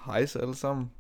Hej så alle sammen.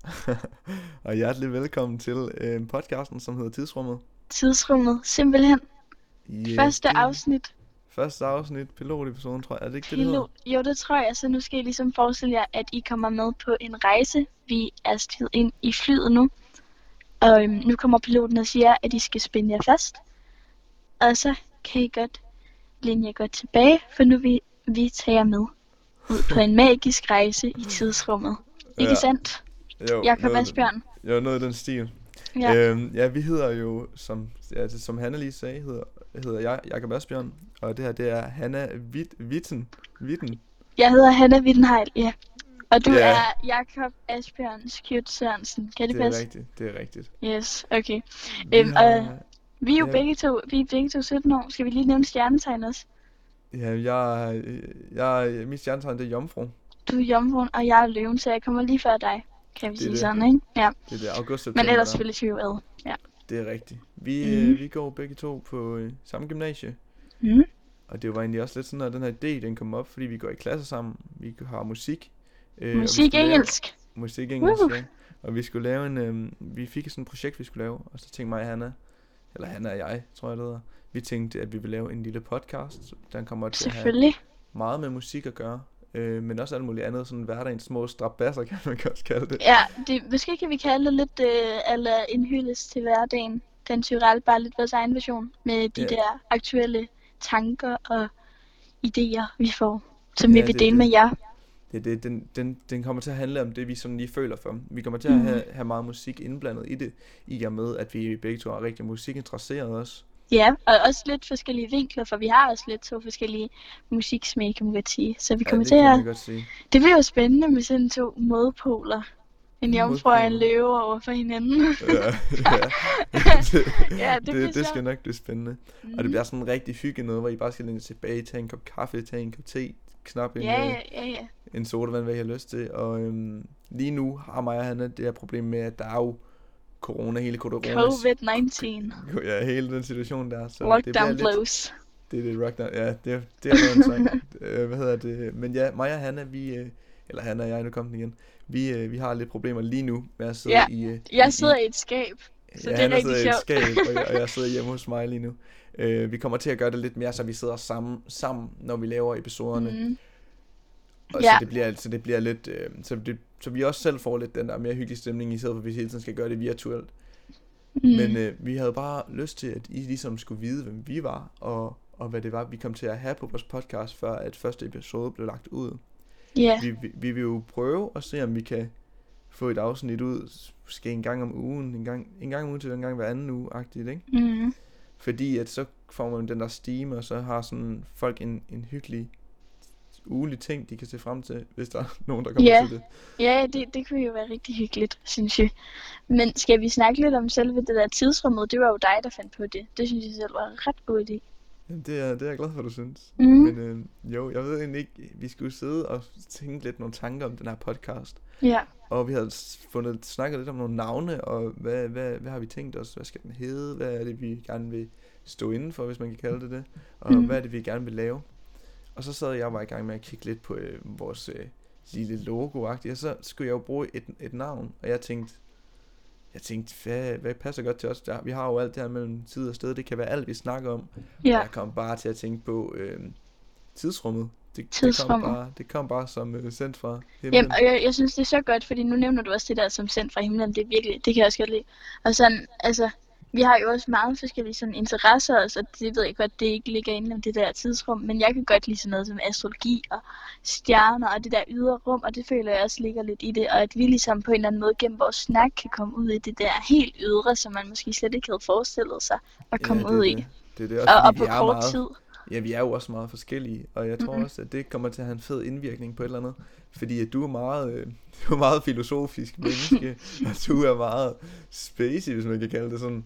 Og hjertelig velkommen til podcasten, som hedder Tidsrummet. Tidsrummet, simpelthen. Ja, Første det afsnit, første afsnit, pilotepisoden, tror jeg. Er det ikke det hedder? pilot. Jo, det tror jeg. Så nu skal I ligesom forestille jer, at I kommer med på en rejse. Vi er stiget ind i flyet nu. Og nu kommer piloten og siger, at I skal spænde jer fast. Og så kan I godt læne jer godt tilbage, for nu vil vi tage jer med ud på en magisk rejse i tidsrummet. Ikke Ja, sandt? jo, Jakob Asbjørn. noget i den stil. Ja, Ja, vi hedder jo, som Hanna lige sagde, hedder jeg Jakob Asbjørn. Og det her, det er Hanna Witten. jeg hedder Hanna Wittenheil, ja. Og du Ja, er Jakob Asbjørn Skjødt Sørensen. Kan det det er passe? rigtigt, det er rigtigt. Yes, okay. Vi Og har, vi er jo ja, begge to 17 år. Skal vi lige nævne stjernetegn også? ja, mit stjernetegn, det er Jomfru. Du er jomfruen, og jeg er løven, så jeg kommer lige før dig. Kan vi Det er sige det. sådan, ikke? Ja. Det er det, Men august-september ellers der. selvfølgelig vi jo ad. Ja. Det er rigtigt. Vi, Mhm. vi går begge to på samme gymnasie. Mhm. Og det var egentlig også lidt sådan, at den her idé, den kom op, fordi vi går i klasse sammen. Vi har musik. Og vi Musik skulle lave engelsk. musik engelsk, Woo. ja. Og vi skulle lave vi fik sådan et projekt, vi skulle lave. Og så tænkte mig og Hanna, eller Hanna og jeg, tror jeg det hedder. Vi tænkte, at vi ville lave en lille podcast. Den kommer til at have Selvfølgelig. meget med musik at gøre. Men også alt muligt andet, sådan hverdagens små strabasser, kan man også kalde det. Ja, måske kan vi kalde det lidt eller en hyldest til hverdagen. Den Tyrell, bare lidt vores egen version. Med de Ja, der aktuelle tanker og idéer, vi får. Som vi ja, vil det er dele med det. jer. Det er det. Den kommer til at handle om det, vi sådan lige føler for. Vi kommer til at Mhm. have meget musik indblandet i det, i og med, at vi begge to er rigtig musikinteresserede også. Ja, og også lidt forskellige vinkler, for vi har også lidt to forskellige musiksmag, kan man godt sige. Så vi Ja, kommer det til kan at... man godt sige. Det bliver jo spændende med sådan to modpoler. En jomfru og en Modpoler. løve over for hinanden. Ja, ja. det, Ja, det bliver det skal sjovt. nok blive spændende. Og det bliver sådan en rigtig hygge noget, hvor I bare skal læne tilbage, tage en kop kaffe, tage en kop te, knap Ja, ja, ja, ja. en sodavand, hvad I har lyst til. Og lige nu har mig og Hanna det her problem med, at der er jo corona, hele corona. COVID-19. Ja, hele den situation der. Så det bliver Lockdown lidt... blows. Det er det Rockdown. Ja, det er noget en sang. Hvad hedder det? Men ja, mig og Hanna, eller Hanna og jeg, nu kom den igen. Vi har lidt problemer lige nu med at sidde Ja, jeg i sidder i et skab, så ja, det er Hanna rigtig sidder i et sjovt. skab, og jeg sidder hjemme hos mig lige nu. Vi kommer til at gøre det lidt mere, så vi sidder sammen når vi laver episoderne. Mm. Og Ja, så det bliver lidt, så vi også selv får lidt den der mere hyggelige stemning, i stedet for at vi hele tiden skal gøre det virtuelt. Men vi havde bare lyst til, at I ligesom skulle vide, hvem vi var, og hvad det var, vi kom til at have på vores podcast, før at første episode blev lagt ud. ja, Vi vil jo prøve at se, om vi kan få et afsnit ud, måske en gang om ugen, en gang om ugen til en gang hver anden uge-agtigt, ikke? mm. Fordi at så får man den der stime, og så har sådan folk en hyggelig ugelig ting, de kan se frem til, hvis der er nogen, der kommer Ja, til det. ja, det kunne jo være rigtig hyggeligt, synes jeg. Men skal vi snakke lidt om selve det der tidsrummet? Det var jo dig, der fandt på det. Det synes jeg selv var en ret god idé. Jamen, det er jeg glad for, du synes. Mm. Men jo, jeg ved egentlig ikke, vi skulle sidde og tænke lidt nogle tanker om den her podcast. Ja. Og vi havde snakket lidt om nogle navne, og hvad har vi tænkt os? Hvad skal den hedde? Hvad er det, vi gerne vil stå inden for, hvis man kan kalde det det? Og hvad er det, vi gerne vil lave? Og så sad jeg og var i gang med at kigge lidt på vores lille logo-agtigt, og så skulle jeg jo bruge et navn, og jeg tænkte, hvad passer godt til os? Vi har jo alt det her mellem tid og sted, det kan være alt, vi snakker om. Og Ja, jeg kom bare til at tænke på tidsrummet. tidsrummet. Det kom bare som sendt fra Jamen, himlen. og jeg synes, det er så godt, fordi nu nævner du også det der som sendt fra himlen. Det er virkelig, det kan jeg også godt lide. Og sådan, altså, vi har jo også meget forskellige sådan interesser også, og det ved jeg godt, det ikke ligger inde om det der tidsrum, men jeg kan godt lide sådan noget som astrologi og stjerner og det der ydre rum, og det føler jeg også ligger lidt i det, og at vi ligesom på en eller anden måde gennem vores snak kan komme ud i det der helt ydre, som man måske slet ikke havde forestillet sig at Ja, komme det er ud det. i. Det er det også, Og fordi på kort tid. ja, vi er jo også meget forskellige, og jeg tror Mm-hmm. også, at det kommer til at have en fed indvirkning på et eller andet, fordi at du er meget, du er meget filosofisk menneske, og du er meget spacey, hvis man kan kalde det sådan,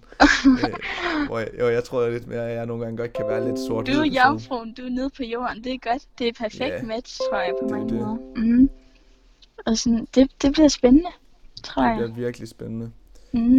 jeg tror lidt mere, at jeg nogle gange godt kan være lidt Du sort-hvid er person. jomfruen, du er nede på jorden, det er godt. Det er et perfekt Ja, match, tror jeg, på det er mange det. måder. Mm. Og sådan, det bliver spændende, tror Det jeg. bliver virkelig spændende. Mm.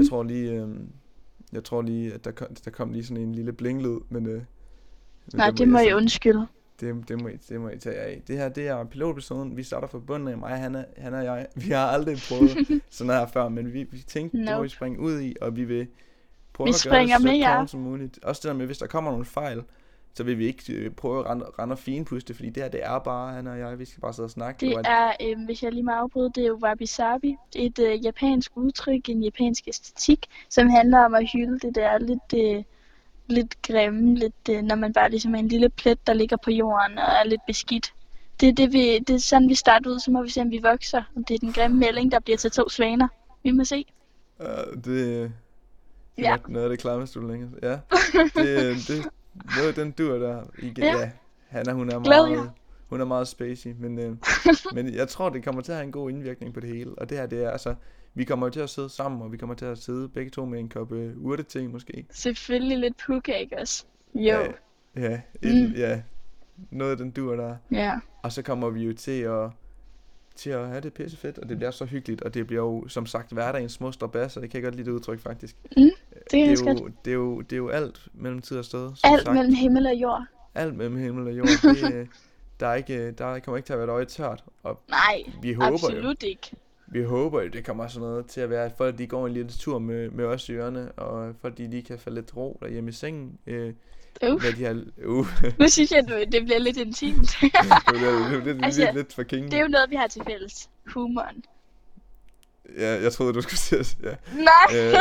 Jeg tror lige, at der kom lige sådan en lille blinglyd, men Nej, det må det må jeg jeg så, undskylde. Det må I tage jer af. Det her, det er pilotepisoden. Vi starter fra bunden af. Mig, han og jeg. Vi har aldrig prøvet sådan her før, men vi tænkte, det må vi springe ud i, og vi vil prøve at gøre det så kort som muligt. Også det der med, hvis der kommer nogle fejl, så vil vi ikke prøve at rende og finpuste, fordi det her, det er bare, han og jeg, vi skal bare sidde og snakke. Det er, hvis jeg lige må afbryde, det er jo wabi-sabi. Det er et japansk udtryk, en japansk æstetik, som handler om at hylde det der lidt grimme, når man bare ligesom er en lille plet, der ligger på jorden og er lidt beskidt. Det er sådan, vi starter ud, så må vi se, om vi vokser. Og det er den grimme melding, der bliver til 2 svaner. Vi må se. Det er noget af det klammeste, du længere. Ja, noget den dur der. Ja, Hanna, hun er meget spacey, men jeg tror, det kommer til at have en god indvirkning på det hele. Og det her, det er altså, vi kommer jo til at sidde sammen, og vi kommer til at sidde begge to med en kop urtete måske. Selvfølgelig lidt pucake også. Jo. Ja, noget af den dur der. Ja. Og så kommer vi jo til at have det pissefedt, og det bliver så hyggeligt, og det bliver jo som sagt hverdagens små strabasser, det kan jeg godt lide det udtryk faktisk. Det er jo alt mellem tid og sted. Alt sagt. Mellem himmel og jord. Alt mellem himmel og jord. Der kommer ikke til at være et øje tørt. Og nej, absolut ikke. Vi håber jo, det kommer sådan noget til at være, at folk de går en lille tur med os i ørerne, og folk de lige kan falde lidt ro derhjemme i sengen. Hvad de har... Nu synes jeg, det bliver lidt intimt. det er lidt for king. Det er jo noget, vi har til fælles. Humoren. Ja, jeg troede, du skulle sige ja. Nej!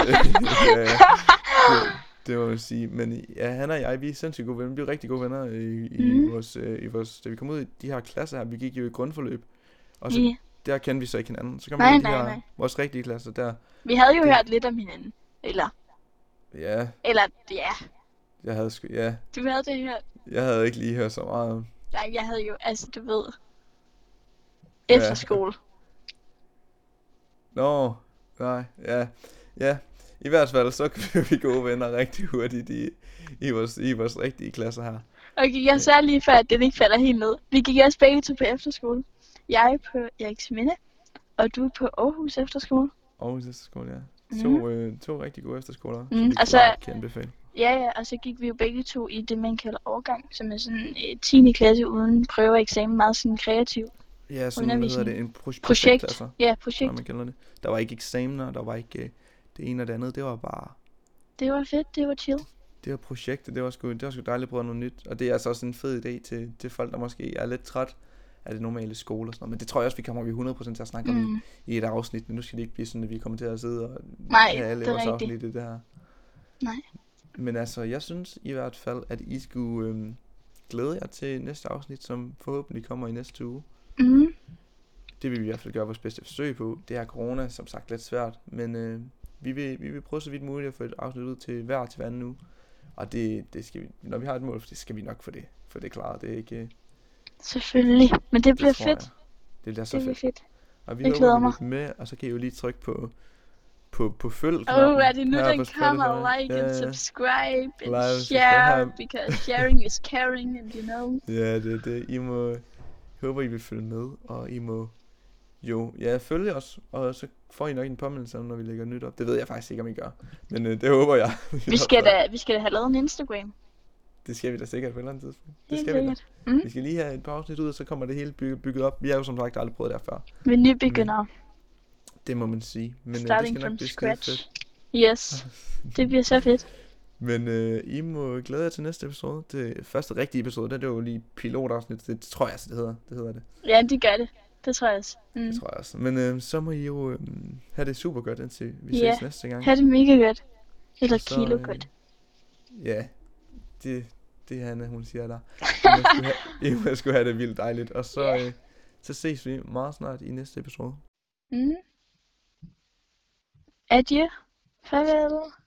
Det må man sige. Men ja, han og jeg, vi er sindssygt gode venner. Vi bliver rigtig gode venner i vores... Da vi kom ud i de her klasser her, vi gik jo i grundforløb. Og så der kendte vi så ikke hinanden. Så kom vi ud i de her, vores rigtige klasser der. Vi havde jo hørt lidt om hinanden. Eller... Ja. Eller, ja. Jeg havde sgu, ja. Du havde det hørt? Jeg havde ikke lige hørt så meget om. Nej, jeg havde jo, altså du ved, efterskole. Nå, nej, ja. I hvert fald, så kan vi gode venner rigtig hurtigt i vores rigtige klasser her. Okay, jeg sagde lige før, at det ikke falder helt ned. Vi gik også begge to på efterskole. Jeg på Eriksminde, og du på Aarhus Efterskole. Aarhus Efterskole, ja. To rigtig gode efterskoler, og så kan anbefale. Ja, og så gik vi jo begge to i det, man kalder årgang, som er sådan 10. klasse uden prøver og eksamen, meget sådan kreativ. Ja, sådan hedder det, en projekt. Ja, projekt. Man kalder det. Der var ikke eksamener, der var ikke det ene og det andet, det var bare... Det var fedt, det var chill. Det var projektet, det var sgu dejligt at prøve noget nyt, og det er altså også en fed idé til folk, der måske er lidt træt af det normale skole og sådan noget, men det tror jeg også, vi kommer 100% til at snakke om i et afsnit, men nu skal det ikke blive sådan, at vi kommer til at sidde og have alle vores afsnit i det her. Nej. Men altså, jeg synes i hvert fald, at I skulle glæde jer til næste afsnit, som forhåbentlig kommer i næste uge. Det vil vi i hvert fald gøre vores bedste forsøg på. Det er corona, som sagt, lidt svært, men vi vil prøve så vidt muligt at få et afsnit ud til hver anden uge. Og det skal vi, når vi har et mål, det skal vi nok få det klaret. Det er ikke... Selvfølgelig, men det bliver fedt. Det bliver så fedt. Og vi jeg glæder mig. Med, og så kan I jo lige trykke på følg. Er det nu, den kommer? Like and subscribe and share, because sharing is caring, and you know. Ja, det. I håber, I vil følge med, og I må følge os, og så får I nok en påmindelse, når vi lægger nyt op. Det ved jeg faktisk ikke, om I gør, men det håber jeg. Vi skal da have lavet en Instagram. Det skal vi da sikkert på et eller andet tidspunkt. Det skal vi da. Vi skal lige have et par afsnit ud, og så kommer det hele bygget op. Vi har jo som sagt aldrig prøvet det her før. Vi er nybegyndere. Det må man sige. Men starting det skal from nok scratch. Fedt. Yes, det bliver så fedt. Men I må glæde jer til næste episode. Det første rigtige episode, det er jo lige pilotafsnit. Det tror jeg altså, det hedder det. Ja, det gør det. Det tror jeg også. Det tror jeg også. Men så må I jo have det super godt, indtil vi ses næste gang. Ha' det mega godt. Eller kilo godt. Ja, det er Hanna, hun siger der. I må sgu have det vildt dejligt. Og så ses vi meget snart i næste episode. Adieu. Farvel.